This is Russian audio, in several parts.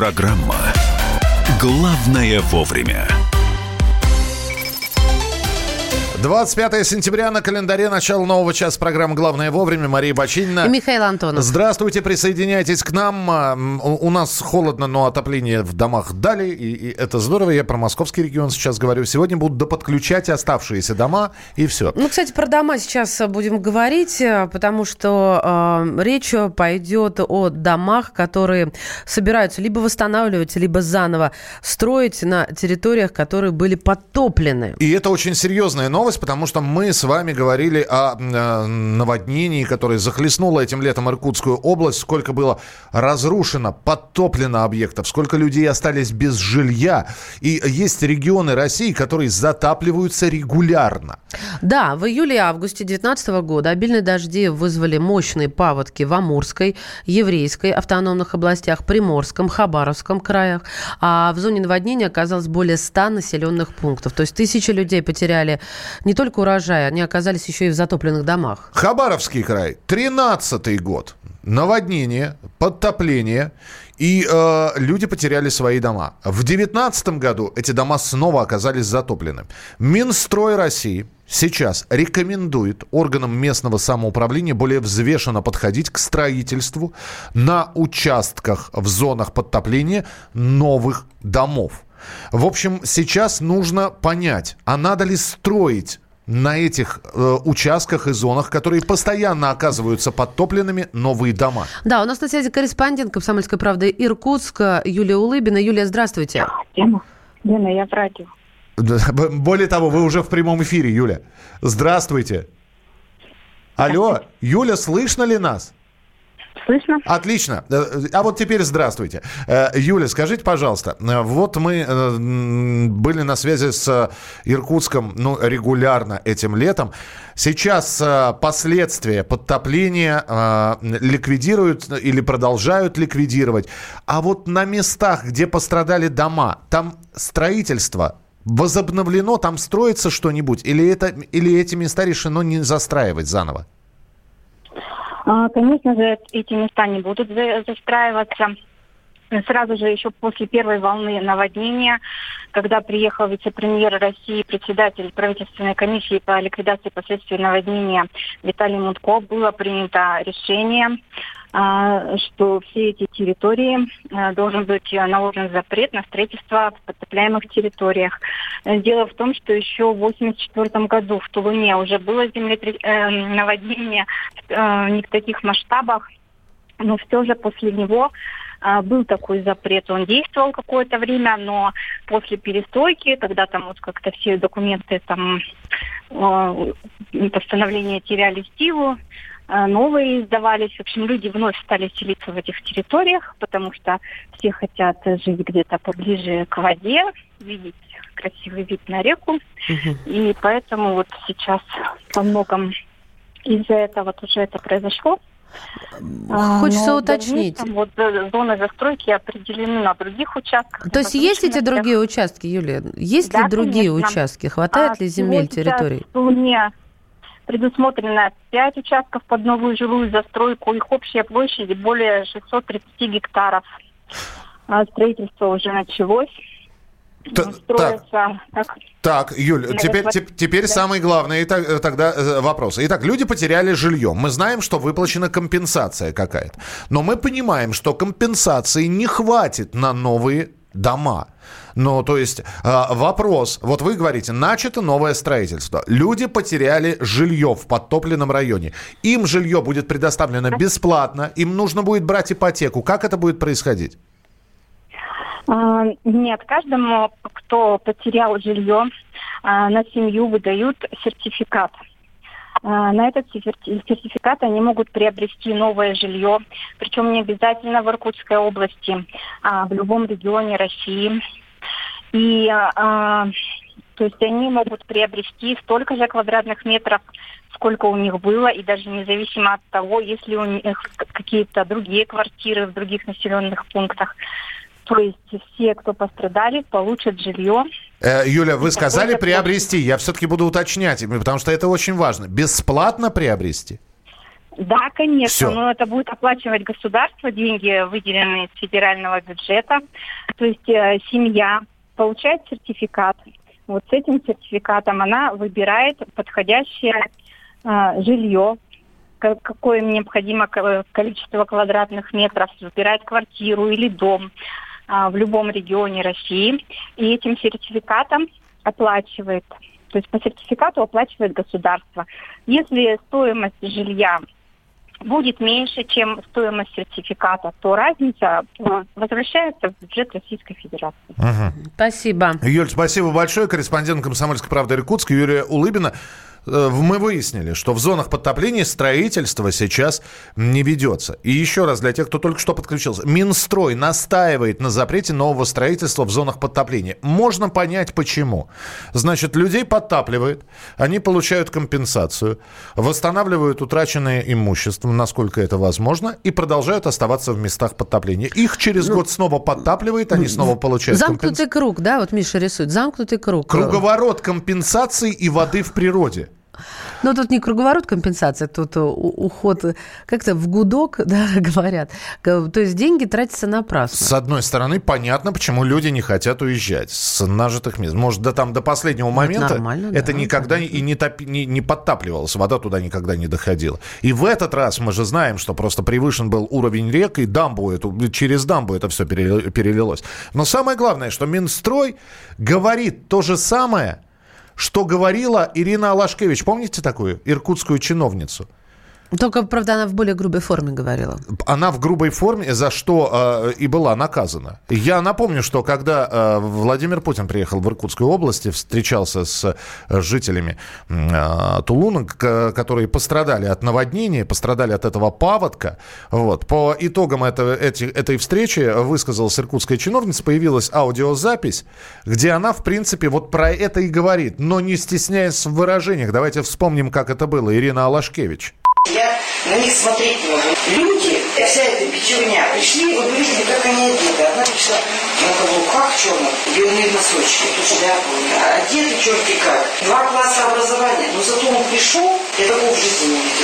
Программа «Главное вовремя». 25 сентября на календаре, начало нового часа, программы «Главное вовремя». Мария Бачинина. И Михаил Антонов. Здравствуйте, присоединяйтесь к нам. У нас холодно, но отопление в домах дали, и это здорово. Я про московский регион сейчас говорю. Сегодня будут доподключать оставшиеся дома, и все. Ну, кстати, про дома сейчас будем говорить, потому что речь пойдет о домах, которые собираются либо восстанавливать, либо заново строить на территориях, которые были подтоплены. И это очень серьезная новость, потому что мы с вами говорили о наводнении, которое захлестнуло этим летом Иркутскую область. Сколько было разрушено, подтоплено объектов, сколько людей остались без жилья. И есть регионы России, которые затапливаются регулярно. Да, в июле и августе 2019 года обильные дожди вызвали мощные паводки в Амурской, Еврейской автономных областях, Приморском, Хабаровском краях. А в зоне наводнения оказалось более 100 населенных пунктов. То есть тысячи людей потеряли не только урожай, они оказались еще и в затопленных домах. Хабаровский край, 13-й год. Наводнение, подтопление, и люди потеряли свои дома. В 2019 году эти дома снова оказались затоплены. Минстрой России сейчас рекомендует органам местного самоуправления более взвешенно подходить к строительству на участках в зонах подтопления новых домов. В общем, сейчас нужно понять, а надо ли строить на этих участках и зонах, которые постоянно оказываются подтопленными, новые дома. Да, у нас на связи корреспондент «Комсомольской правды» Иркутска Юлия Улыбина. Юлия, здравствуйте. Лена, я в радио. Более того, вы уже в прямом эфире, Юля. Здравствуйте. Алло, Юля, слышно ли нас? Слышно? Отлично. А вот теперь здравствуйте. Юля, скажите, пожалуйста, вот мы были на связи с Иркутском регулярно этим летом. Сейчас последствия подтопления ликвидируют или продолжают ликвидировать. А вот на местах, где пострадали дома, там строительство возобновлено, там строится что-нибудь? Или эти места решено не застраивать заново? Конечно же, эти места не будут застраиваться. Сразу же еще после первой волны наводнения, когда приехал вице-премьер России, председатель правительственной комиссии по ликвидации последствий наводнения Виталий Мутко, было принято решение, что все эти территории должен быть наложен запрет на строительство в подтопляемых территориях. Дело в том, что еще в 1984 году в Тулуне уже было наводнение не в таких масштабах, но все же после него был такой запрет. Он действовал какое-то время, но после перестройки, когда там вот как-то все документы, там постановления теряли силу, новые издавались. В общем, люди вновь стали селиться в этих территориях, потому что все хотят жить где-то поближе к воде, видеть красивый вид на реку. И поэтому вот сейчас во многом из-за этого тоже это произошло. Хочется уточнить. Вот зоны застройки определены на других участках. То есть есть эти другие участки, Юлия? Есть ли другие участки? Хватает ли земель, территорий? В Луне предусмотрено 5 участков под новую жилую застройку. Их общая площадь более 630 гектаров. Строительство уже началось. Так, Юль, теперь самый главный тогда вопрос. Итак, люди потеряли жилье. Мы знаем, что выплачена компенсация какая-то. Но мы понимаем, что компенсации не хватит на новые дома. Ну, то есть вопрос. Вот вы говорите, начато новое строительство. Люди потеряли жилье в подтопленном районе. Им жилье будет предоставлено бесплатно. Им нужно будет брать ипотеку. Как это будет происходить? Нет, каждому, кто потерял жилье, на семью выдают сертификат. На этот сертификат они могут приобрести новое жилье, причем не обязательно в Иркутской области, а в любом регионе России. И то есть они могут приобрести столько же квадратных метров, сколько у них было, и даже независимо от того, есть ли у них какие-то другие квартиры в других населенных пунктах. То есть все, кто пострадали, получат жилье. Юля, вы сказали приобрести. Я все-таки буду уточнять, потому что это очень важно. Бесплатно приобрести? Да, конечно, Всё. но это будет оплачивать государство, деньги, выделенные из федерального бюджета. То есть семья получает сертификат. Вот с этим сертификатом она выбирает подходящее жилье, какое им необходимо количество квадратных метров, выбирает квартиру или дом в любом регионе России. И этим сертификатом оплачивает, то есть по сертификату оплачивает государство. Если стоимость жилья будет меньше, чем стоимость сертификата, то разница возвращается в бюджет Российской Федерации. Угу. Спасибо. Юль, спасибо большое. Корреспондент «Комсомольской правды» Иркутска Юлия Улыбина. Мы выяснили, что в зонах подтопления строительство сейчас не ведется. И еще раз, для тех, кто только что подключился. Минстрой настаивает на запрете нового строительства в зонах подтопления. Можно понять, почему. Значит, людей подтапливает, они получают компенсацию, восстанавливают утраченное имущество, насколько это возможно, и продолжают оставаться в местах подтопления. Их через год снова подтапливает, они снова получают компенсацию. Замкнутый круг, да, вот Миша рисует, замкнутый круг. Круговорот компенсаций и воды в природе. Но тут не круговорот компенсация, тут уход как-то в гудок, да, говорят. То есть деньги тратятся напрасно. С одной стороны, понятно, почему люди не хотят уезжать с нажитых мест. Может, до последнего момента это никогда и не подтапливалось, вода туда никогда не доходила. И в этот раз мы же знаем, что просто превышен был уровень рек, и через дамбу это все перелилось. Но самое главное, что Минстрой говорит то же самое, что говорила Ирина Алашкевич. Помните такую иркутскую чиновницу? Только, правда, она в более грубой форме говорила. Она в грубой форме, за что и была наказана. Я напомню, что когда Владимир Путин приехал в Иркутскую область, встречался с жителями Тулуна, которые пострадали от наводнения, пострадали от этого паводка. Вот. По итогам этой встречи высказалась иркутская чиновница, появилась аудиозапись, где она, в принципе, вот про это и говорит, но не стесняясь в выражениях. Давайте вспомним, как это было. Ирина Алашкевич. Я на них смотреть не могу. Люди, вся эта пятерня, пришли, вот вы видели, как они одеты. Одна пришла на каблуках черных, белые носочки, тут шляпа, одеты черти как. 2 класса образования, но зато он пришел, я такого в жизни не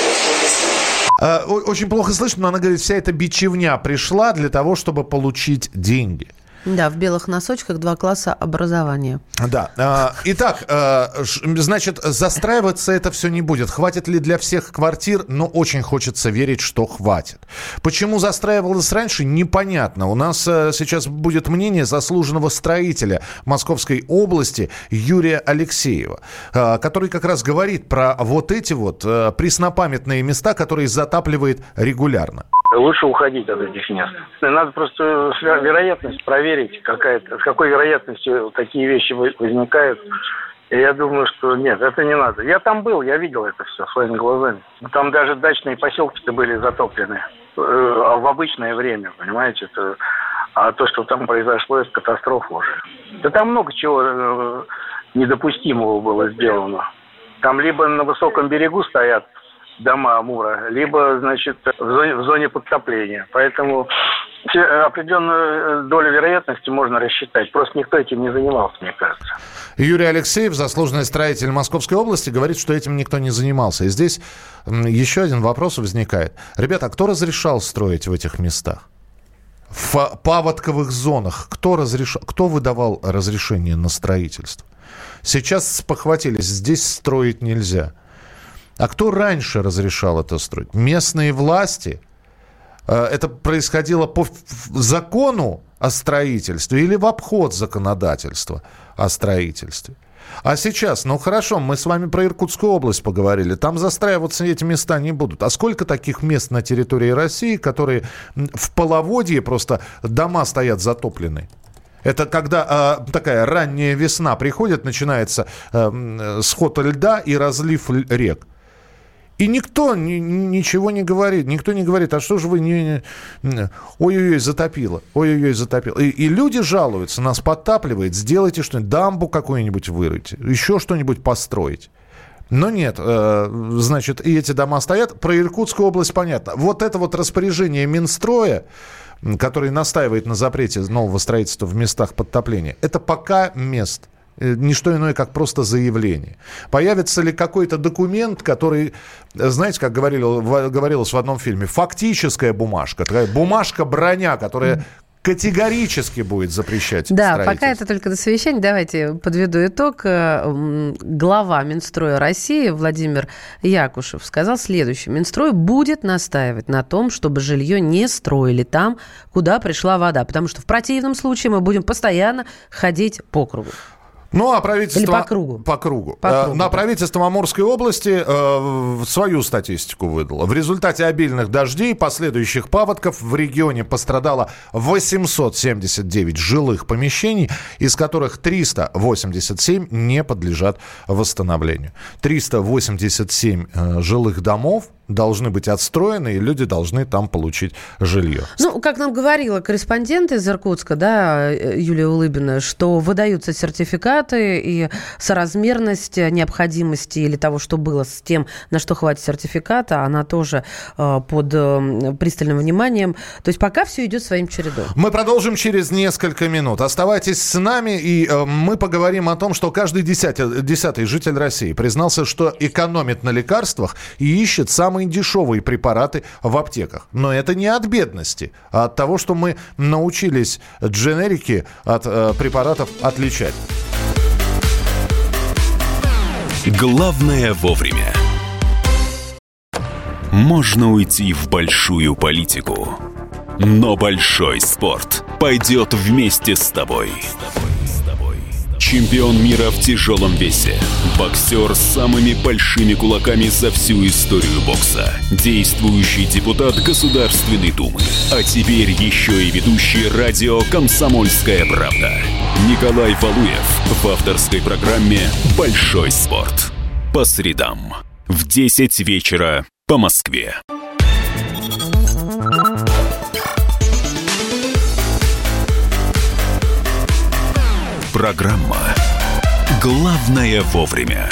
видела. Очень плохо слышно, но она говорит, вся эта бичевня пришла для того, чтобы получить деньги. Да, в белых носочках 2 класса образования. Да. Итак, значит, застраиваться это все не будет. Хватит ли для всех квартир? Но очень хочется верить, что хватит. Почему застраивалось раньше, непонятно. У нас сейчас будет мнение заслуженного строителя Московской области Юрия Алексеева, который как раз говорит про вот эти вот преснопамятные места, которые затапливает регулярно. Лучше уходить от этих мест. Надо просто вероятность проверить, с какой вероятностью такие вещи возникают. И я думаю, что нет, это не надо. Я там был, я видел это все своими глазами. Там даже дачные поселки-то были затоплены в обычное время, понимаете. А то, что там произошло, это катастрофа уже. Да там много чего недопустимого было сделано. Там либо на высоком берегу стоят дома Амура, либо, значит, в зоне подтопления. Поэтому определенную долю вероятности можно рассчитать. Просто никто этим не занимался, мне кажется. Юрий Алексеев, заслуженный строитель Московской области, говорит, что этим никто не занимался. И здесь еще один вопрос возникает. Ребята, а кто разрешал строить в этих местах? В паводковых зонах кто выдавал разрешение на строительство? Сейчас спохватились, здесь строить нельзя. А кто раньше разрешал это строить? Местные власти? Это происходило по закону о строительстве или в обход законодательства о строительстве? А сейчас, хорошо, мы с вами про Иркутскую область поговорили. Там застраиваться эти места не будут. А сколько таких мест на территории России, которые в половодье просто дома стоят затоплены? Это когда такая ранняя весна приходит, начинается сход льда и разлив рек. И никто ничего не говорит. Никто не говорит, а что же вы не... Ой-ой-ой, затопило. Ой-ой-ой, затопило. И люди жалуются, нас подтапливает. Сделайте что-нибудь, дамбу какую-нибудь вырыть, еще что-нибудь построить. Но нет, значит, и эти дома стоят. Про Иркутскую область понятно. Вот это вот распоряжение Минстроя, который настаивает на запрете нового строительства в местах подтопления, это пока мест не что иное, как просто заявление. Появится ли какой-то документ, который, знаете, как говорилось в одном фильме, фактическая бумажка, такая бумажка-броня, которая категорически будет запрещать строительство. Да, пока это только до совещания. Давайте подведу итог. Глава Минстроя России Владимир Якушев сказал следующее. Минстрой будет настаивать на том, чтобы жилье не строили там, куда пришла вода. Потому что в противном случае мы будем постоянно ходить по кругу. Ну, а правительство... Или по кругу. По кругу. На правительство Амурской области свою статистику выдало. В результате обильных дождей, последующих паводков в регионе пострадало 879 жилых помещений, из которых 387 не подлежат восстановлению. 387 жилых домов должны быть отстроены, и люди должны там получить жилье. Ну, как нам говорила корреспондент из Иркутска, да, Юлия Улыбина, что выдаются сертификаты, и соразмерность необходимости или того, что было с тем, на что хватит сертификата, она тоже под пристальным вниманием. То есть пока все идет своим чередом. Мы продолжим через несколько минут. Оставайтесь с нами, и мы поговорим о том, что каждый десятый житель России признался, что экономит на лекарствах и ищет самые дешевые препараты в аптеках. Но это не от бедности, а от того, что мы научились дженерики от препаратов отличать. Главное вовремя. Можно уйти в большую политику, но большой спорт пойдет вместе с тобой. Чемпион мира в тяжелом весе. Боксер с самыми большими кулаками за всю историю бокса. Действующий депутат Государственной Думы. А теперь еще и ведущий радио «Комсомольская правда». Николай Валуев в авторской программе «Большой спорт». По средам в 10 вечера по Москве. Программа «Главное вовремя».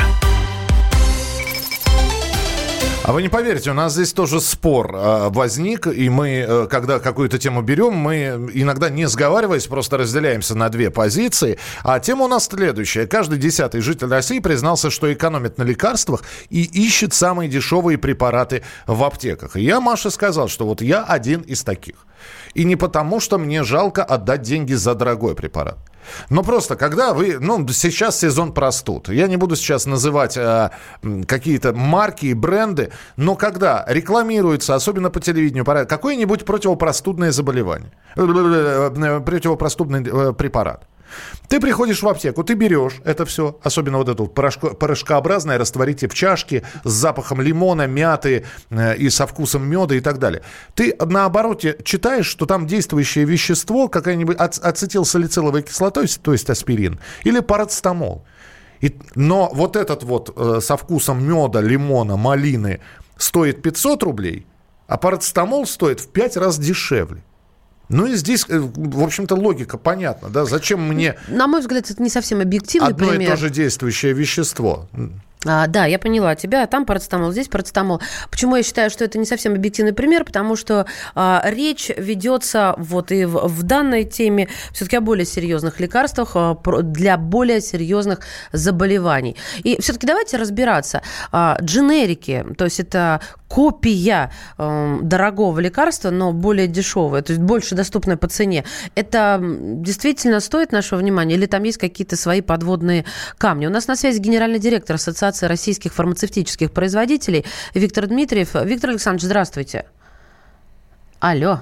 А вы не поверите, у нас здесь тоже спор возник, и мы, когда какую-то тему берем, мы иногда, не сговариваясь, просто разделяемся на две позиции. А тема у нас следующая. Каждый десятый житель России признался, что экономит на лекарствах и ищет самые дешевые препараты в аптеках. И я Маше сказал, что вот я один из таких. И не потому, что мне жалко отдать деньги за дорогой препарат. Но просто, когда вы... сейчас сезон простуд. Я не буду сейчас называть какие-то марки и бренды, но когда рекламируется, особенно по телевидению, какое-нибудь противопростудное заболевание, противопростудный препарат, ты приходишь в аптеку, ты берешь это все, особенно вот это порошкообразное, растворите в чашке с запахом лимона, мяты и со вкусом меда и так далее. Ты на обороте читаешь, что там действующее вещество, какая-нибудь ацетилсалициловая кислота, то есть аспирин, или парацетамол. Но вот этот вот со вкусом меда, лимона, малины стоит 500 рублей, а парацетамол стоит в 5 раз дешевле. Ну и здесь, в общем-то, логика понятна, да? Зачем мне... На мой взгляд, это не совсем объективный пример. Одно и то же действующее вещество. Да, я поняла тебя. Там парацетамол, здесь парацетамол. Почему я считаю, что это не совсем объективный пример? Потому что речь ведется вот и в данной теме все-таки о более серьезных лекарствах для более серьезных заболеваний. И все-таки давайте разбираться. Дженерики, то есть это копия дорогого лекарства, но более дешевое, то есть больше доступное по цене. Это действительно стоит нашего внимания или там есть какие-то свои подводные камни? У нас на связи генеральный директор Ассоциации российских фармацевтических производителей Виктор Дмитриев. Виктор Александрович, здравствуйте. Алло.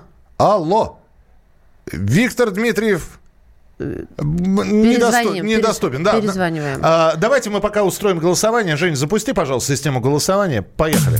Виктор Дмитриев недоступен. Да. Перезваниваем. Давайте мы пока устроим голосование. Жень, запусти, пожалуйста, систему голосования. Поехали.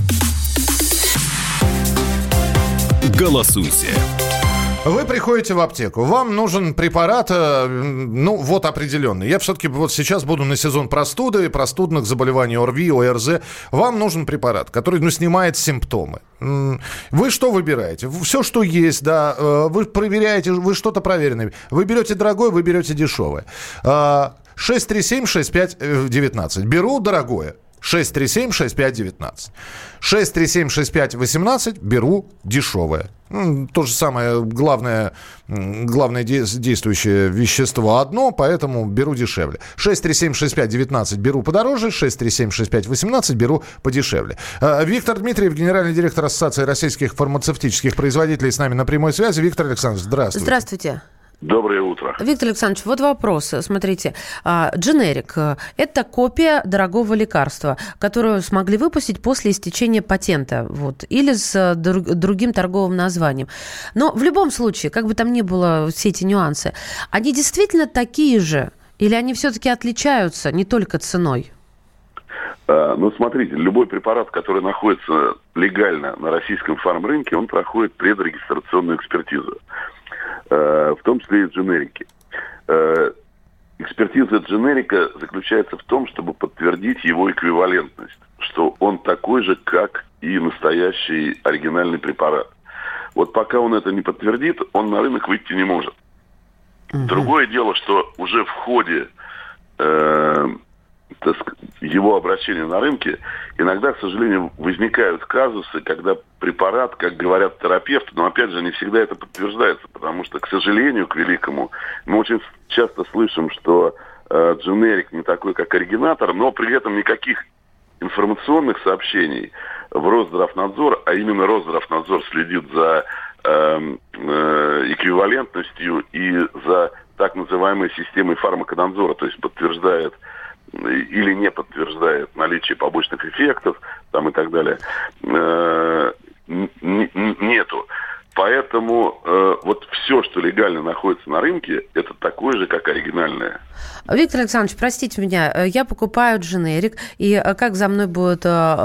Голосуйте. Вы приходите в аптеку, вам нужен препарат, определенный. Я все-таки вот сейчас буду на сезон простуды, простудных заболеваний ОРВИ, ОРЗ. Вам нужен препарат, который, снимает симптомы. Вы что выбираете? Все, что есть, да. Вы проверяете, вы что-то проверенное. Вы берете дорогое, вы берете дешевое. 637-6519. Беру дорогое. 637-6519. 637-6518 беру дешевое. То же самое главное действующее вещество одно, поэтому беру дешевле. 637-6519 беру подороже, 637-6518 беру подешевле. Виктор Дмитриев, генеральный директор Ассоциации российских фармацевтических производителей, с нами на прямой связи. Виктор Александрович, здравствуйте. Здравствуйте. Доброе утро. Виктор Александрович, вот вопрос. Смотрите, дженерик – это копия дорогого лекарства, которое смогли выпустить после истечения патента, или с другим торговым названием. Но в любом случае, как бы там ни было, все эти нюансы, они действительно такие же? Или они все-таки отличаются не только ценой? Смотрите, любой препарат, который находится легально на российском фармрынке, он проходит предрегистрационную экспертизу. В том числе и дженерики. Экспертиза дженерика заключается в том, чтобы подтвердить его эквивалентность, что он такой же, как и настоящий оригинальный препарат. Вот пока он это не подтвердит, он на рынок выйти не может. Другое дело, что уже в ходе его обращения на рынке иногда, к сожалению, возникают казусы, когда препарат, как говорят терапевты, но опять же не всегда это подтверждается, потому что, к сожалению, к великому, мы очень часто слышим, что дженерик не такой, как оригинатор, но при этом никаких информационных сообщений в Росздравнадзор, а именно Росздравнадзор следит за эквивалентностью и за так называемой системой фармаконадзора, то есть подтверждает или не подтверждает наличие побочных эффектов там, и так далее, нету. Поэтому вот все, что легально находится на рынке, это такое же, как оригинальное. Виктор Александрович, простите меня, я покупаю дженерик, и как за мной будет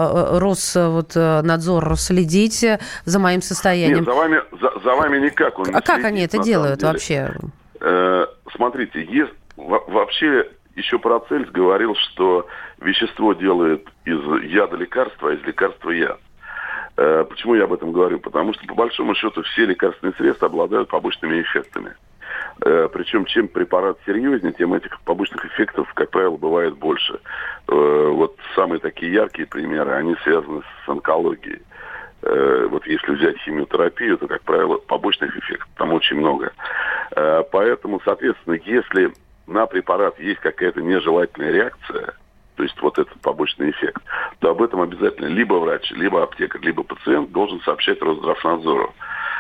Роснадзор следить за моим состоянием? Нет, за вами никак. Он не как они это делают вообще? Смотрите, вообще... Еще Парацельс говорил, что вещество делает из яда лекарства, а из лекарства яд. Почему я об этом говорю? Потому что, по большому счету, все лекарственные средства обладают побочными эффектами. Причем, чем препарат серьезнее, тем этих побочных эффектов, как правило, бывает больше. Вот самые такие яркие примеры, они связаны с онкологией. Вот если взять химиотерапию, то, как правило, побочных эффектов там очень много. Поэтому, соответственно, если на препарат есть какая-то нежелательная реакция, то есть вот этот побочный эффект, то об этом обязательно либо врач, либо аптекарь, либо пациент должен сообщать Росздравнадзору.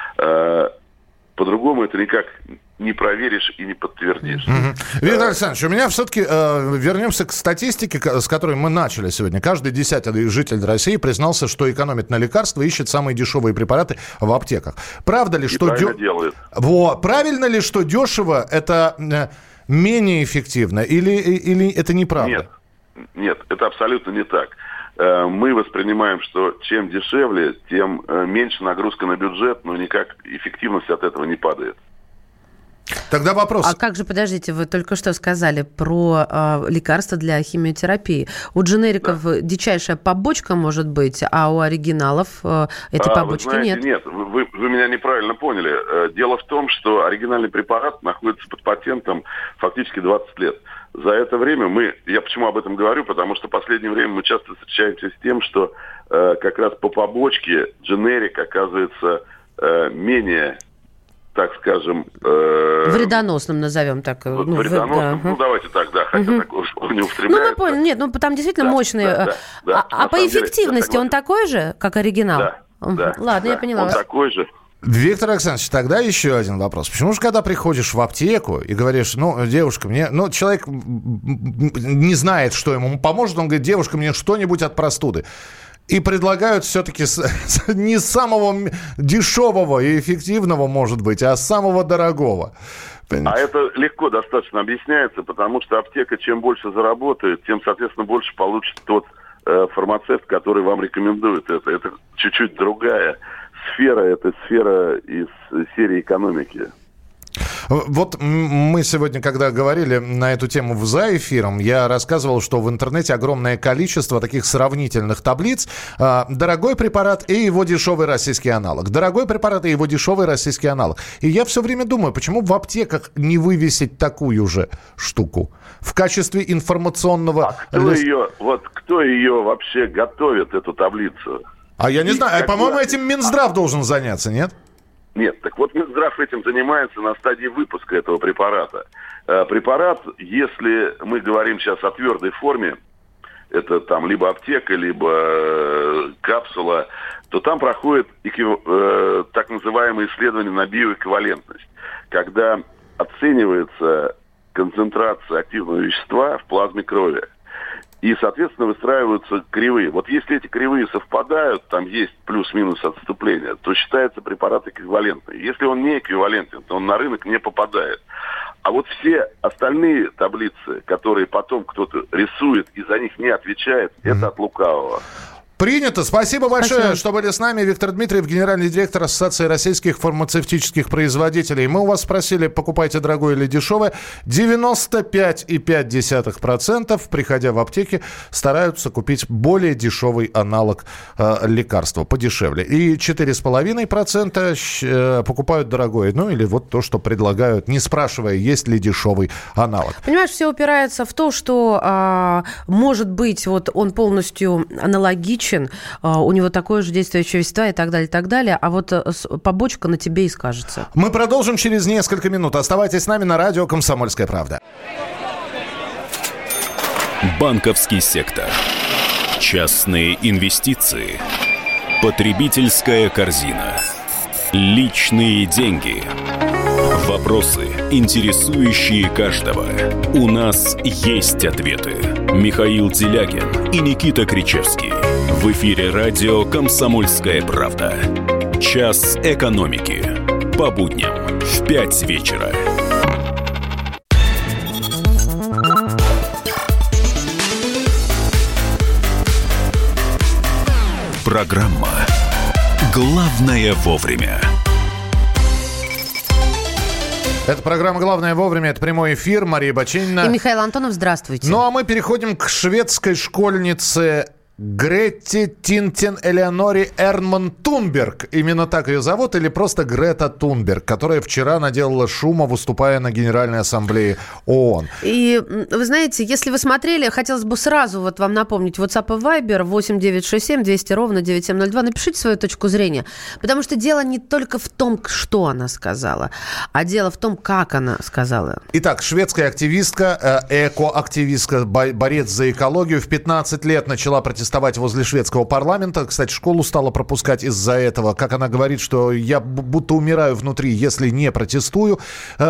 По-другому это никак не проверишь и не подтвердишь. Виктор Александрович, у меня все-таки вернемся к статистике, с которой мы начали сегодня. Каждый 10-й житель России признался, что экономит на лекарства, ищет самые дешевые препараты в аптеках. Правда ли, что... делает. Правильно ли, что дешево это... менее эффективно или это неправда? Нет, это абсолютно не так. Мы воспринимаем, что чем дешевле, тем меньше нагрузка на бюджет, но никак эффективность от этого не падает. Тогда вопрос. А как же, подождите, вы только что сказали про лекарства для химиотерапии. У дженериков дичайшая побочка может быть, а у оригиналов этой побочки нет. Нет, вы меня неправильно поняли. Дело в том, что оригинальный препарат находится под патентом фактически 20 лет. За это время я почему об этом говорю, потому что в последнее время мы часто встречаемся с тем, что как раз по побочке дженерик оказывается менее, так скажем... вредоносным, назовем так. Вредоносным, давайте так, хотя такого слова не употребляется. Мы поняли, нет, там действительно мощные... А по эффективности он такой же, как оригинал? Да. Ладно, я поняла. Он такой же. Виктор Александрович, тогда еще один вопрос. Почему же, когда приходишь в аптеку и говоришь, девушка, человек не знает, что ему поможет, он говорит, девушка, мне что-нибудь от простуды. И предлагают все-таки не самого дешевого и эффективного, может быть, а самого дорогого. А это легко достаточно объясняется, потому что аптека чем больше заработает, тем, соответственно, больше получит тот фармацевт, который вам рекомендует это. Это чуть-чуть другая сфера, это сфера из серии экономики. Вот мы сегодня, когда говорили на эту тему за эфиром, я рассказывал, что в интернете огромное количество таких сравнительных таблиц. Дорогой препарат и его дешевый российский аналог. Дорогой препарат и его дешевый российский аналог. И я все время думаю, почему в аптеках не вывесить такую же штуку в качестве информационного... Кто ее вообще готовит, эту таблицу? А я не знаю, по-моему, этим Минздрав должен заняться, нет? Нет, так вот Минздрав этим занимается на стадии выпуска этого препарата. Препарат, если мы говорим сейчас о твердой форме, это там либо аптека, либо капсула, то там проходит так называемое исследование на биоэквивалентность, когда оценивается концентрация активного вещества в плазме крови. И, соответственно, выстраиваются кривые. Вот если эти кривые совпадают, там есть плюс-минус отступление, то считается препарат эквивалентный. Если он не эквивалентен, то он на рынок не попадает. А вот все остальные таблицы, которые потом кто-то рисует и за них не отвечает, это от лукавого. Принято. Спасибо большое, что были с нами. Виктор Дмитриев, генеральный директор Ассоциации российских фармацевтических производителей. Мы у вас спросили, покупайте дорогое или дешевое. 95,5%, приходя в аптеки, стараются купить более дешевый аналог лекарства, подешевле. И 4,5% покупают дорогое. Ну или вот то, что предлагают, не спрашивая, есть ли дешевый аналог. Понимаешь, все упирается в то, что, может быть, вот он полностью аналогичен, у него такое же действующее вещество и так далее, а вот побочка на тебе и скажется. Мы продолжим через несколько минут. Оставайтесь с нами на радио «Комсомольская правда». Банковский сектор. Частные инвестиции. Потребительская корзина. Личные деньги. Вопросы, интересующие каждого. У нас есть ответы. Михаил Делягин и Никита Кричевский. В эфире радио «Комсомольская правда». Час экономики. По будням в 5 вечера. Программа «Главное вовремя». Это программа «Главное вовремя». Это прямой эфир. Мария Баченина. И Михаил Антонов. Здравствуйте. Ну, а мы переходим к шведской школьнице Гретте Тинтен Элеоноре Эрнман Тунберг. Именно так ее зовут, или просто Грета Тунберг, которая вчера наделала шума, выступая на Генеральной Ассамблее ООН. И вы знаете, если вы смотрели, хотелось бы сразу вот вам напомнить, WhatsApp и Viber 8-967-200-97-02. Напишите свою точку зрения, потому что дело не только в том, что она сказала, а дело в том, как она сказала. Итак, шведская активистка, экоактивистка, борец за экологию в 15 лет начала протестовать возле шведского парламента. Кстати, школу стала пропускать из-за этого. Как она говорит, что я будто умираю внутри, если не протестую.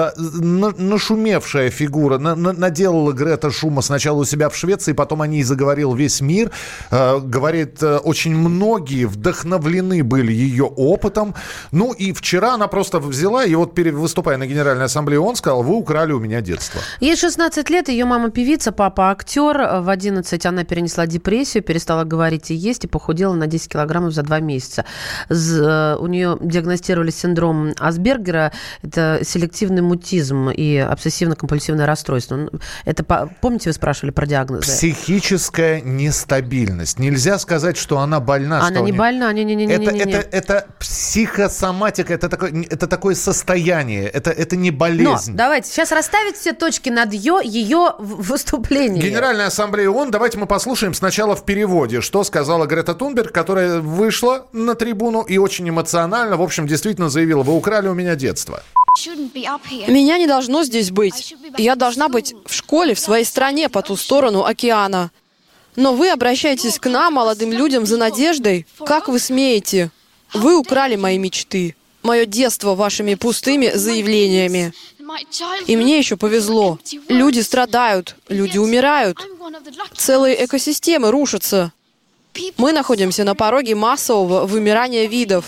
Нашумевшая фигура. Наделала Грета шума сначала у себя в Швеции, потом о ней заговорил весь мир. Говорит, очень многие вдохновлены были ее опытом. Ну и вчера она просто взяла и вот выступая на Генеральной Ассамблее ООН, сказала: вы украли у меня детство. Ей 16 лет, ее мама певица, папа актер. В 11 она перенесла депрессию, перестала говорить и есть, и похудела на 10 килограммов за 2 месяца. У нее диагностировали синдром Асбергера, это селективный мутизм и обсессивно-компульсивное расстройство. Это, помните, вы спрашивали про диагнозы? Психическая нестабильность. Нельзя сказать, что она больна. Она не больна, не-не-не. Это психосоматика, это такое состояние, это не болезнь. Но давайте сейчас расставить все точки над ее выступлением. Генеральная Ассамблея ООН, давайте мы послушаем сначала в переводе, что сказала Грета Тунберг, которая вышла на трибуну и очень эмоционально, в общем, действительно заявила: вы украли у меня детство. Меня не должно здесь быть. Я должна быть в школе, в своей стране, по ту сторону океана. Но вы обращаетесь к нам, молодым людям, за надеждой. Как вы смеете? Вы украли мои мечты, мое детство вашими пустыми заявлениями. И мне еще повезло. Люди страдают, люди умирают. Целые экосистемы рушатся. Мы находимся на пороге массового вымирания видов.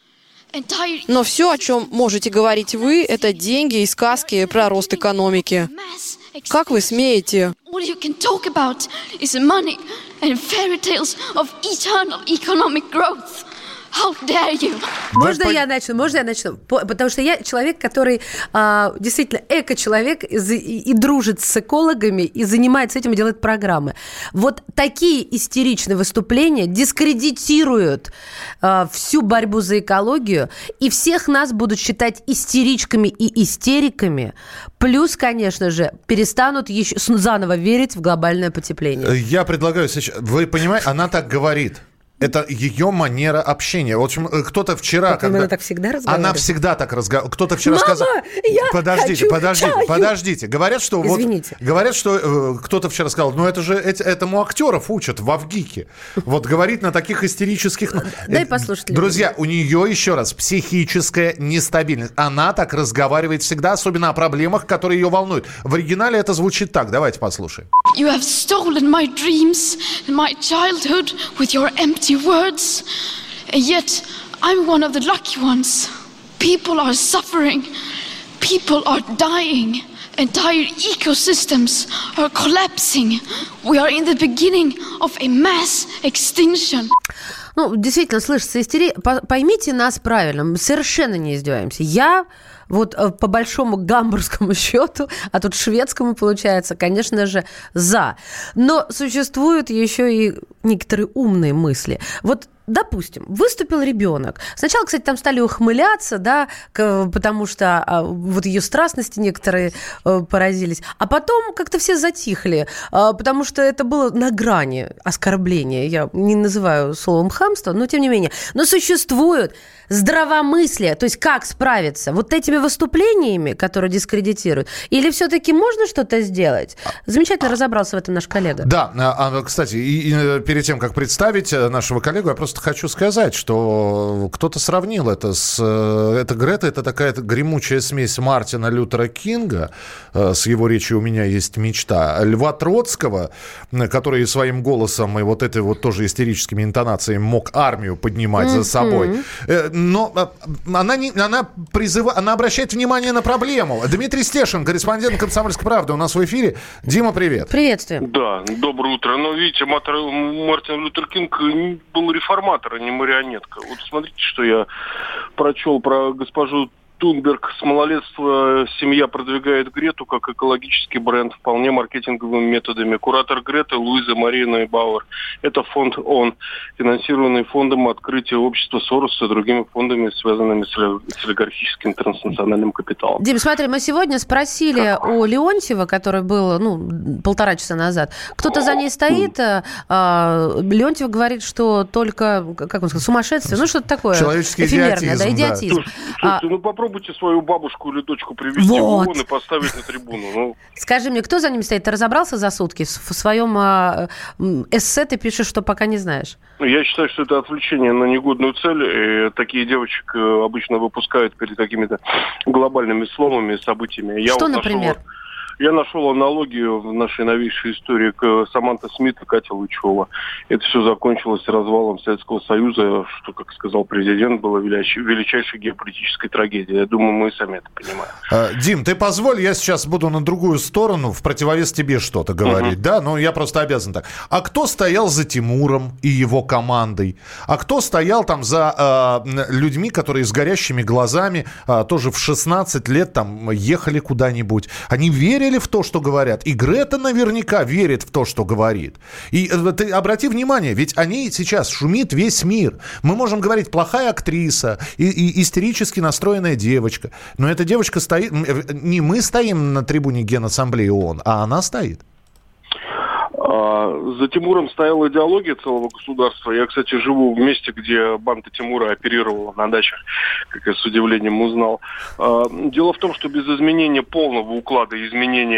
Но все, о чем можете говорить вы, это деньги и сказки про рост экономики. Как вы смеете? How dare you? Можно я начну? Потому что я человек, который действительно эко-человек и дружит с экологами, и занимается этим, и делает программы. Вот такие истеричные выступления дискредитируют всю борьбу за экологию, и всех нас будут считать истеричками и истериками. Плюс, конечно же, перестанут еще заново верить в глобальное потепление. Я предлагаю сейчас... Вы понимаете, она так говорит. Это ее манера общения. В общем, кто-то вчера... Она так всегда разговаривает? Она всегда так разговаривает. Кто-то вчера сказал... Подождите. Говорят, что... Извините. Говорят, что кто-то вчера сказал, это же этому актеров учат в Авгике. Вот говорит на таких истерических... Дай послушать. Друзья, у нее, еще раз, психическая нестабильность. Она так разговаривает всегда, особенно о проблемах, которые ее волнуют. В оригинале это звучит так. Давайте послушаем. You have stolen my dreams and my childhood with your empty words, and yet I'm one of the lucky ones. People are suffering, people are dying, entire ecosystems are collapsing. We are in the beginning of a mass extinction. Действительно, слышится истерия. Поймите нас правильно, мы совершенно не издеваемся. Я по большому гамбургскому счету, а тут шведскому получается, конечно же, за. Но существуют еще и некоторые умные мысли. Допустим, выступил ребенок. Сначала, кстати, там стали ухмыляться, да, потому что ее страстности некоторые поразились. А потом как-то все затихли, потому что это было на грани оскорбления. Я не называю словом хамство, но тем не менее. Но существует здравомыслие, то есть как справиться вот этими выступлениями, которые дискредитируют, или все-таки можно что-то сделать? Замечательно разобрался в этом наш коллега. Да, кстати, и перед тем, как представить нашего коллегу, я просто хочу сказать, что кто-то сравнил это с... Это Грета, это такая гремучая смесь Мартина Лютера Кинга с его речью «У меня есть мечта», Льва Троцкого, который своим голосом и этой тоже истерическими интонациями мог армию поднимать за собой. Но она обращает внимание на проблему. Дмитрий Стешин, корреспондент «Комсомольской правды», у нас в эфире. Дима, привет. Приветствуем. Да, доброе утро. Видите, Мартин Лютер Кинг был реформатор, а не марионетка. Смотрите, что я прочел про госпожу Тунберг. С малолетства семья продвигает Грету как экологический бренд вполне маркетинговыми методами. Куратор Греты Луиза Мария Нойбауэр. Это фонд ООН, финансированный фондом открытия общества Сороса и другими фондами, связанными с олигархическим транснациональным капиталом. Дим, смотри, мы сегодня спросили у Леонтьева, который был 1,5 часа назад, кто-то за ней стоит. Леонтьев говорит, что только, как он сказал, сумасшествие, что-то такое. Человеческий эфемерное, идиотизм. Слушайте, попробуйте свою бабушку или дочку привести в ООН и поставить на трибуну. Скажи мне, кто за ним стоит? Ты разобрался за сутки? В своем эссе ты пишешь, что пока не знаешь. Я считаю, что это отвлечение на негодную цель. И такие девочек обычно выпускают перед какими-то глобальными сломами, событиями. Что, например? Я нашел аналогию в нашей новейшей истории к Саманте Смит и Кате Лычева. Это все закончилось развалом Советского Союза, что, как сказал президент, было величайшей геополитической трагедией. Я думаю, мы и сами это понимаем. Дим, ты позволь, я сейчас буду на другую сторону в противовес тебе что-то говорить, да? Но я просто обязан так. А кто стоял за Тимуром и его командой? А кто стоял там за людьми, которые с горящими глазами тоже в 16 лет там ехали куда-нибудь? Они верили в то, что говорят. И Грета наверняка верит в то, что говорит. И ты обрати внимание, ведь о ней сейчас шумит весь мир. Мы можем говорить плохая актриса и истерически настроенная девочка. Но эта девочка стоит... Не мы стоим на трибуне Генассамблеи ООН, а она стоит. За Тимуром стояла идеология целого государства. Я, кстати, живу в месте, где банда Тимура оперировала на дачах, как я с удивлением узнал. Дело в том, что без изменения полного уклада, без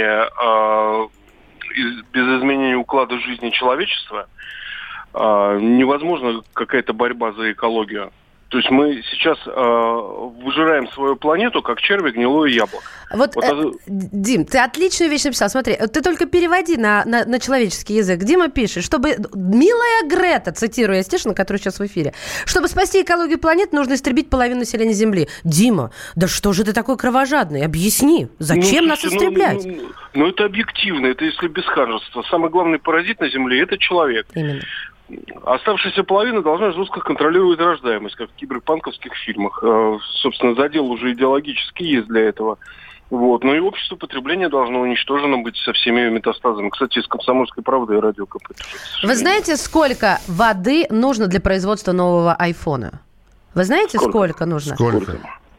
изменения уклада жизни человечества невозможна какая-то борьба за экологию. То есть мы сейчас выжираем свою планету, как черви гнилое яблоко. Дим, ты отличную вещь написал. Смотри, ты только переводи на человеческий язык. Дима пишет, чтобы... Милая Грета, цитирую я Стешина, который сейчас в эфире. Чтобы спасти экологию планеты, нужно истребить половину населения Земли. Дима, да что же ты такой кровожадный? Объясни, зачем нас истреблять? Это объективно, это если без ханжества. Самый главный паразит на Земле – это человек. Именно. Оставшаяся половина должна жестко контролировать рождаемость, как в киберпанковских фильмах. Собственно, задел уже идеологический есть для этого. Вот. Ну и общество потребления должно уничтожено быть со всеми метастазами. Кстати, из «Комсомольской правды» и «Радио КП». Вы знаете, сколько воды нужно для производства нового айфона? Вы знаете, сколько нужно? Сколько?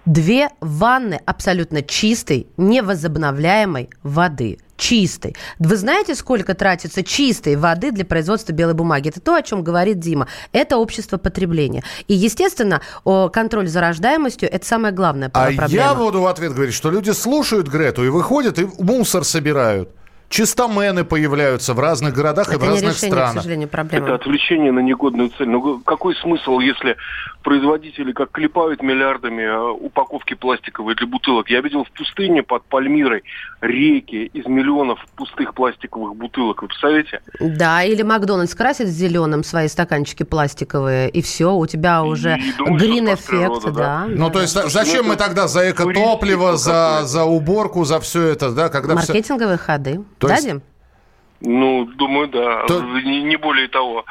2 ванны абсолютно чистой, невозобновляемой воды. Чистой. Вы знаете, сколько тратится чистой воды для производства белой бумаги? Это то, о чем говорит Дима. Это общество потребления. И, естественно, контроль за рождаемостью – это самая главная проблема. А я буду в ответ говорить, что люди слушают Грету и выходят, и мусор собирают. Чистомены появляются в разных городах и в разных решение, странах. К сожалению, проблемы. Это отвлечение на негодную цель. Но какой смысл, если производители как клепают миллиардами упаковки пластиковые для бутылок? Я видел в пустыне под Пальмирой реки из миллионов пустых пластиковых бутылок. Вы представляете? Да, или Макдональдс красит зеленым свои стаканчики пластиковые, и все, у тебя уже грин-эффект. Да. Ну, то есть, зачем мы тогда за экотопливо, за уборку, за все это, да? Когда маркетинговые ходы. Дадим? Ну, думаю, да. Не более того.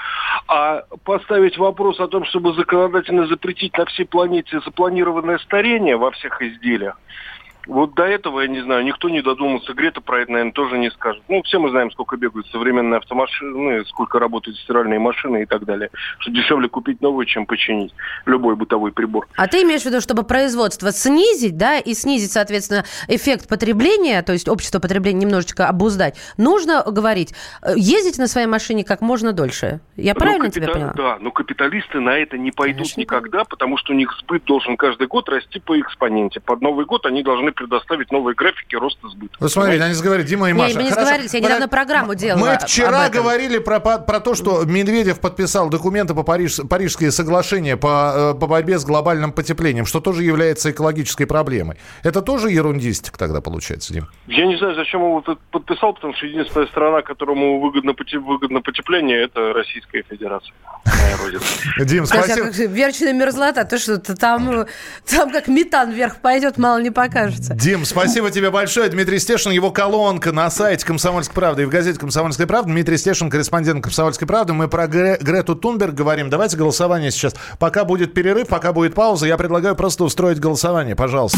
А поставить вопрос о том, чтобы законодательно запретить на всей планете запланированное старение во всех изделиях, вот до этого, я не знаю, никто не додумался. Грета про это, наверное, тоже не скажет. Ну, все мы знаем, сколько бегают современные автомашины, сколько работают стиральные машины и так далее. Что дешевле купить новую, чем починить любой бытовой прибор. А ты имеешь в виду, чтобы производство снизить, да, и снизить, соответственно, эффект потребления, то есть общество потребления немножечко обуздать, нужно говорить, ездить на своей машине как можно дольше. Я правильно тебя поняла? Да, но капиталисты на это не пойдут никогда, потому что у них сбыт должен каждый год расти по экспоненте. Под Новый год они должны предоставить новые графики роста сбыта. Вы смотрите, они сговорились, Дима и Маша. Мы не сговорились, я недавно программу делала. Мы вчера говорили про то, что Медведев подписал документы по Парижские соглашения по борьбе с глобальным потеплением, что тоже является экологической проблемой. Это тоже ерундистик тогда получается, Дим? Я не знаю, зачем он это подписал, потому что единственная страна, которому выгодно потепление, это Российская Федерация. Моя родина. Дим, спасибо. Вечная мерзлота, то что там как метан вверх пойдет, мало не покажется. Дим, спасибо тебе большое. Дмитрий Стешин, его колонка на сайте «Комсомольской правды» и в газете «Комсомольская правда». Дмитрий Стешин, корреспондент «Комсомольской правды». Мы про Грету Тунберг говорим. Давайте голосование сейчас. Пока будет перерыв, пока будет пауза, я предлагаю просто устроить голосование. Пожалуйста.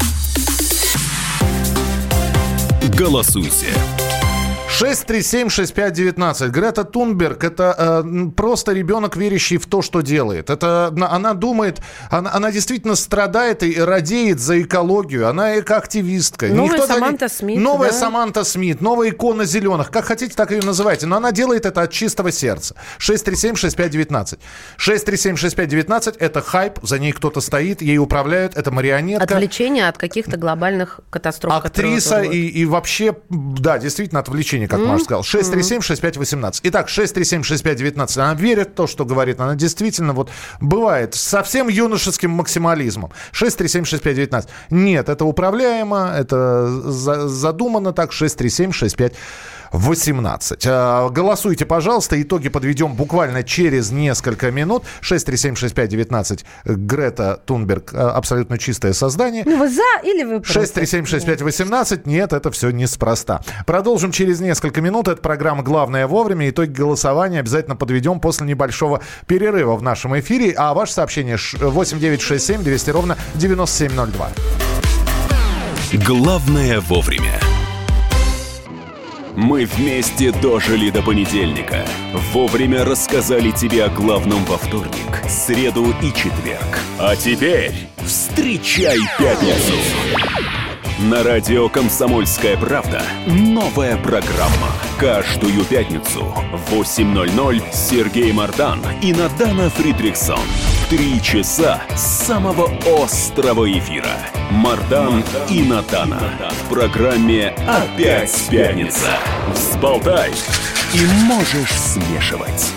Голосуйте. 637-6519. Грета Тунберг – это просто ребенок, верящий в то, что делает. Это она думает, она действительно страдает и радеет за экологию. Она экоактивистка. Новая Саманта Смит. Новая Саманта Смит, новая икона зеленых. Как хотите, так ее называйте. Но она делает это от чистого сердца. 637-6519. 637-6519 – это хайп, за ней кто-то стоит, ей управляют, это марионетка. Отвлечение от каких-то глобальных катастроф. Актриса и вообще, да, действительно, отвлечение, как Маша сказала. 637-6518. Итак, 637-6519. Она верит в то, что говорит. Она действительно вот бывает с совсем юношеским максимализмом. 637-6519. Нет, это управляемо, это задумано так. 637-6518. Голосуйте, пожалуйста. Итоги подведем буквально через несколько минут. 637-6519. Грета Тунберг. Абсолютно чистое создание. Ну, вы за или вы против? 637-6518. Нет, это все неспроста. Продолжим через несколько минут. Это программа «Главное вовремя». Итоги голосования обязательно подведем после небольшого перерыва в нашем эфире. А ваше сообщение 8967-200-9702. Главное вовремя. Мы вместе дожили до понедельника. Вовремя рассказали тебе о главном во вторник, среду и четверг. А теперь встречай пятницу. На радио «Комсомольская правда» новая программа. Каждую пятницу в 8:00 Сергей Мардан и Надана Фридрихсон. 3 часа самого острого эфира. Мардан и Надана. В программе «Опять пятница». Взболтай и можешь смешивать.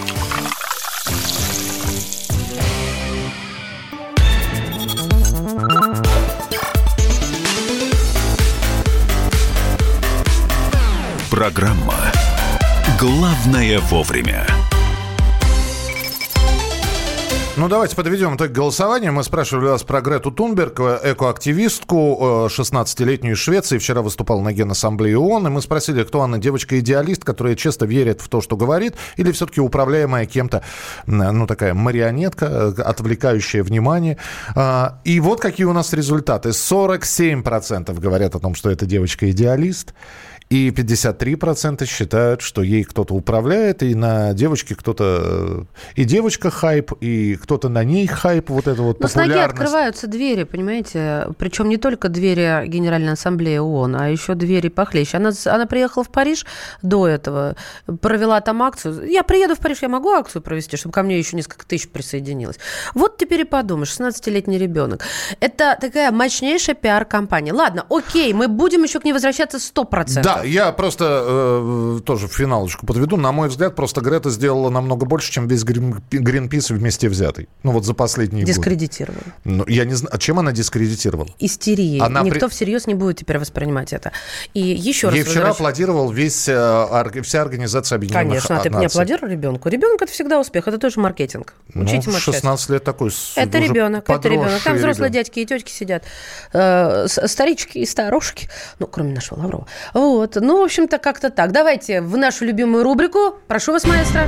Программа «Главное вовремя». Ну, давайте подведем итог голосования. Мы спрашивали вас про Грету Тунберг, экоактивистку, 16-летнюю из Швеции. Вчера выступала на Генассамблее ООН. И мы спросили, кто она, девочка-идеалист, которая часто верит в то, что говорит, или все-таки управляемая кем-то, ну, такая марионетка, отвлекающая внимание. И вот какие у нас результаты. 47% говорят о том, что это девочка-идеалист. И 53% считают, что ей кто-то управляет, и на девочке кто-то... И девочка хайп, и кто-то на ней хайп, вот это вот популярность. Но с ноги открываются двери, понимаете? Причем не только двери Генеральной Ассамблеи ООН, а еще двери похлеще. Она приехала в Париж до этого, провела там акцию. Я приеду в Париж, я могу акцию провести, чтобы ко мне еще несколько тысяч присоединилось. Вот теперь и подумаешь, 16-летний ребенок. Это такая мощнейшая пиар-компания. Ладно, окей, мы будем еще к ней возвращаться 100%. Да, я просто тоже финалочку подведу. На мой взгляд, просто Грета сделала намного больше, чем весь Гринпис вместе взятый. Ну, вот за последние годы. Дискредитировала. Ну, я не знаю, чем она дискредитировала? Истерией. Никто всерьез не будет теперь воспринимать это. И еще раз... Ей вчера аплодировал вся Организация Объединенных Наций. Конечно, а ты бы не аплодировал ребенку? Ребенок — это всегда успех, это тоже маркетинг. Учите ему 16 лет такой. Это ребенок. Там взрослые дядьки и тетки сидят, старички и старушки, ну, кроме нашего Лаврова. Вот. Ну, в общем-то, как-то так. Давайте в нашу любимую рубрику. Прошу вас, маэстро.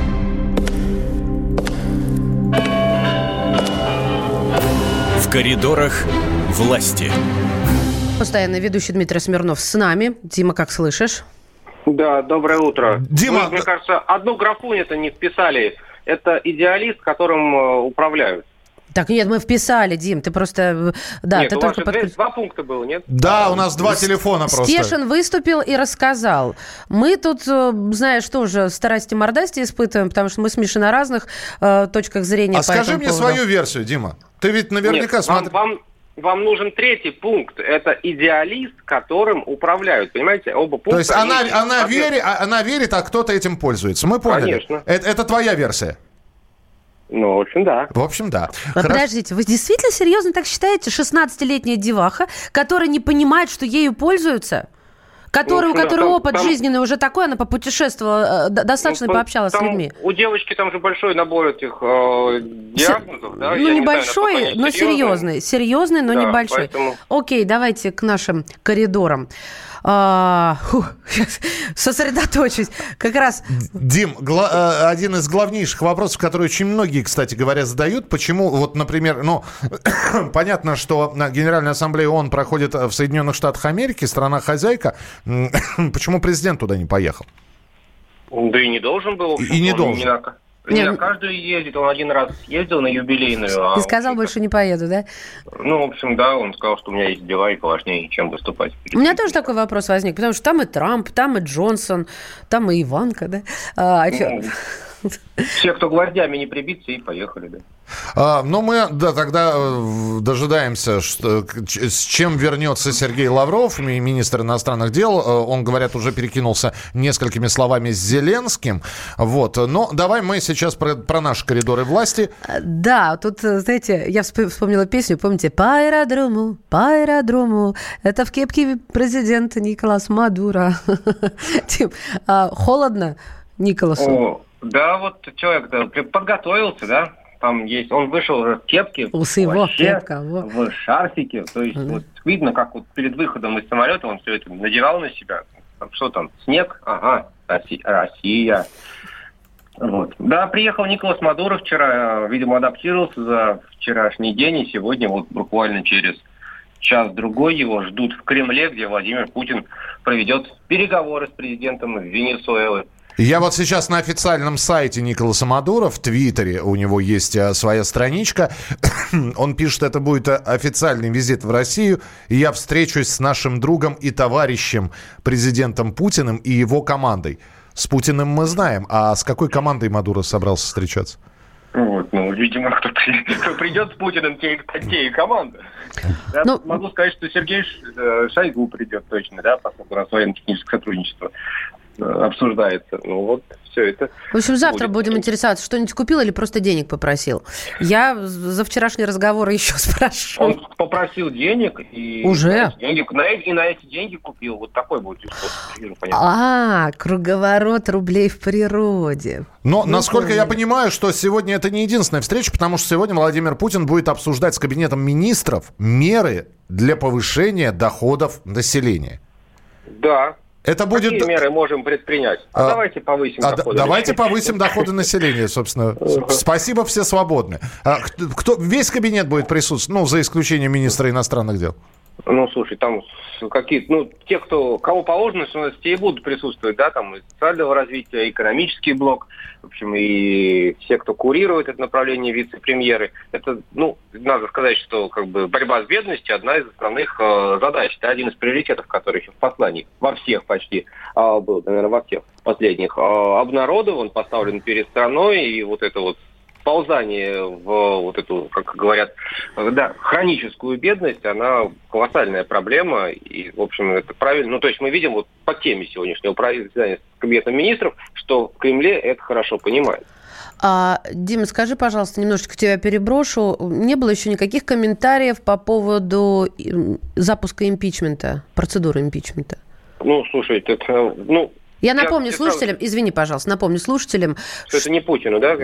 В коридорах власти. Постоянный ведущий Дмитрий Смирнов с нами. Дима, как слышишь? Да, доброе утро. Дима... Мне кажется, одну графу это не вписали. Это идеалист, которым управляют. Так, нет, мы вписали, Дим, ты просто... Да, нет, ты у только вас же 2 пункта было, нет? Да, у нас 2 телефона просто. Стешин выступил и рассказал. Мы тут, знаешь, тоже старости-мордасти испытываем, потому что мы с Мишей на разных точках зрения. А скажи мне свою версию, Дима. Ты ведь наверняка смотришь... Вам нужен 3-й пункт. Это идеалист, которым управляют. Понимаете, оба пункта... То есть она верит, а кто-то этим пользуется. Мы поняли. Конечно. Это твоя версия? Ну, в общем, да. В общем, да. Подождите, вы действительно серьезно так считаете? 16-летняя деваха, которая не понимает, что ею пользуются? У которой опыт жизненный уже такой, она попутешествовала, достаточно пообщалась с людьми. У девочки там же большой набор этих диагнозов, да? Ну, небольшой, но серьезный. Серьезный, но небольшой. Поэтому... Окей, давайте к нашим коридорам. Сосредоточусь. Как раз... Дим, один из главнейших вопросов, который очень многие, кстати говоря, задают, почему, вот, например, понятно, что Генеральная Ассамблея ООН проходит в Соединенных Штатах Америки, страна-хозяйка, почему президент туда не поехал? Да и не должен был. И не должен. Не на каждую ездит, он один раз ездил на юбилейную. И сказал, больше не поеду, да? Ну, в общем, да, он сказал, что у меня есть дела и поважнее, чем выступать. У меня тоже такой вопрос возник, потому что там и Трамп, там и Джонсон, там и Иванка, да? Все, кто гвоздями не прибиться, и поехали, да. Мы тогда дожидаемся, с чем вернется Сергей Лавров, министр иностранных дел. Он, говорят, уже перекинулся несколькими словами с Зеленским. Вот. Но давай мы сейчас про наши коридоры власти. Да, тут, знаете, я вспомнила песню, помните, по аэродрому. Это в кепке президента Николас Мадуро. Тим, холодно Николасу? Да, вот человек подготовился, да. Там есть, он вышел в кепке, в шарфике, то есть вот видно, как вот перед выходом из самолета он все это надевал на себя. Что там, снег? Ага, Россия. Вот. Да, приехал Николас Мадуро вчера, видимо, адаптировался за вчерашний день, и сегодня вот буквально через час-другой его ждут в Кремле, где Владимир Путин проведет переговоры с президентом Венесуэлы. Я вот сейчас на официальном сайте Николаса Мадуро, в Твиттере у него есть своя страничка. Он пишет, это будет официальный визит в Россию. И я встречусь с нашим другом и товарищем, президентом Путиным и его командой. С Путиным мы знаем. А с какой командой Мадуро собрался встречаться? Вот, видимо, кто придет с Путиным, те и команда. Я могу сказать, что Сергей Шойгу придет точно, да, поскольку у нас военно-техническое сотрудничество. обсуждается. Ну вот, все это. В общем, завтра будем интересоваться, что-нибудь купил или просто денег попросил? Я за вчерашний разговор еще спрошу. Он попросил денег и уже? На эти деньги купил. Вот такой будет способ. Круговорот рублей в природе. Но, насколько я понимаю, что сегодня это не единственная встреча, потому что сегодня Владимир Путин будет обсуждать с Кабинетом министров меры для повышения доходов населения. Да. Это будет... Какие меры можем предпринять? Давайте повысим доходы. Давайте повысим доходы населения, собственно. Спасибо, все свободны. Весь кабинет будет присутствовать, за исключением министра иностранных дел? Ну, слушай, там какие-то, те, кому положено, те и будут присутствовать, да, там и социального развития, экономический блок, в общем, и все, кто курирует это направление, вице-премьеры. Это, надо сказать, что борьба с бедностью одна из основных задач. Это один из приоритетов, который еще в послании во всех почти был, наверное, во всех последних обнародован, поставлен перед страной, и вот это вот ползание в вот эту, как говорят, хроническую бедность, она колоссальная проблема. И, в общем, это правильно. То есть мы видим вот по теме сегодняшнего заседания с Кабинетом министров, что в Кремле это хорошо понимают. Дима, скажи, пожалуйста, немножечко тебя переброшу. Не было еще никаких комментариев по поводу запуска импичмента, процедуры импичмента? Слушай, это, Я напомню слушателям, извини, пожалуйста, что это не Путину, да?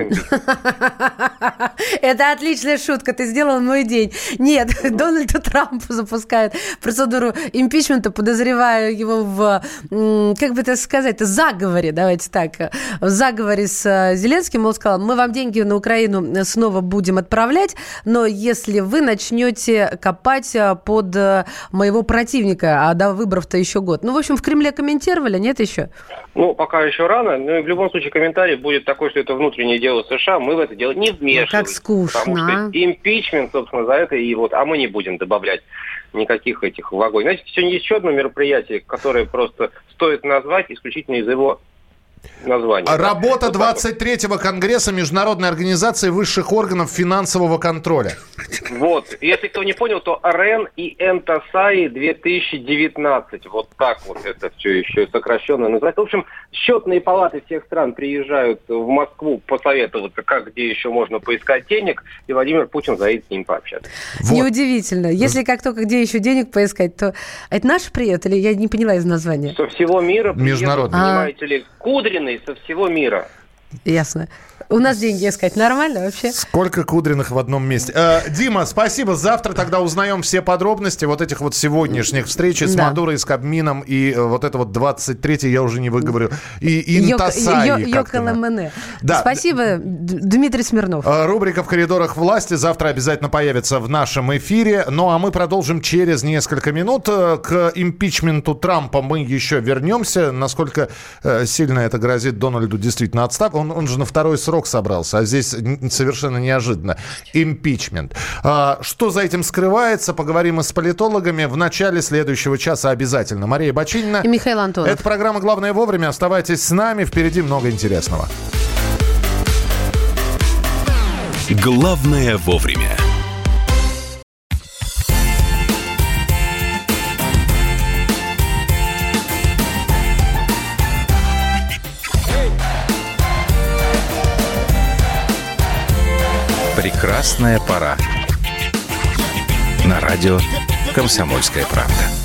Это отличная шутка, ты сделал мой день. Нет, Дональду Трампу запускают процедуру импичмента, подозреваю его в, заговоре, давайте так, в заговоре с Зеленским. Он сказал, мы вам деньги на Украину снова будем отправлять, но если вы начнете копать под моего противника, а до выборов-то еще год. В общем, в Кремле комментировали, нет еще? Пока еще рано. Но в любом случае комментарий будет такой, что это внутреннее дело США. Мы в это дело не вмешиваемся. Как скучно. Потому что импичмент, собственно, за это а мы не будем добавлять никаких этих в огонь. Знаете, сегодня есть еще одно мероприятие, которое просто стоит назвать исключительно из его названия. Работа 23-го Конгресса Международной организации высших органов финансового контроля. Вот. Если кто не понял, то РЕН и НТСАИ 2019. Вот так вот это все еще сокращенно называется. В общем, счетные палаты всех стран приезжают в Москву посоветоваться, как где еще можно поискать денег, и Владимир Путин заедет с ним пообщаться. Вот. Неудивительно. Если как только где еще денег поискать, то это наш приезд, или я не поняла из названия? Со всего мира. Международный. Понимаете ли, Кудриный со всего мира. Ясно. У нас деньги искать нормально вообще? Сколько Кудриных в одном месте. Дима, спасибо. Завтра тогда узнаем все подробности вот этих вот сегодняшних встреч с Мадурой, с Кабмином и вот это вот 23-й, я уже не выговорю, и Интасаи. Йоколэмэне. Да. Спасибо, Дмитрий Смирнов. Рубрика «В коридорах власти» завтра обязательно появится в нашем эфире. Ну, а мы продолжим через несколько минут. К импичменту Трампа мы еще вернемся. Насколько сильно это грозит Дональду действительно отставку. Он же на второй срок собрался, а здесь совершенно неожиданно. Импичмент. Что за этим скрывается, поговорим и с политологами в начале следующего часа обязательно. Мария Бачинина и Михаил Антонов. Это программа «Главное вовремя». Оставайтесь с нами, впереди много интересного. Главное вовремя. Прекрасная пора. На радио «Комсомольская правда».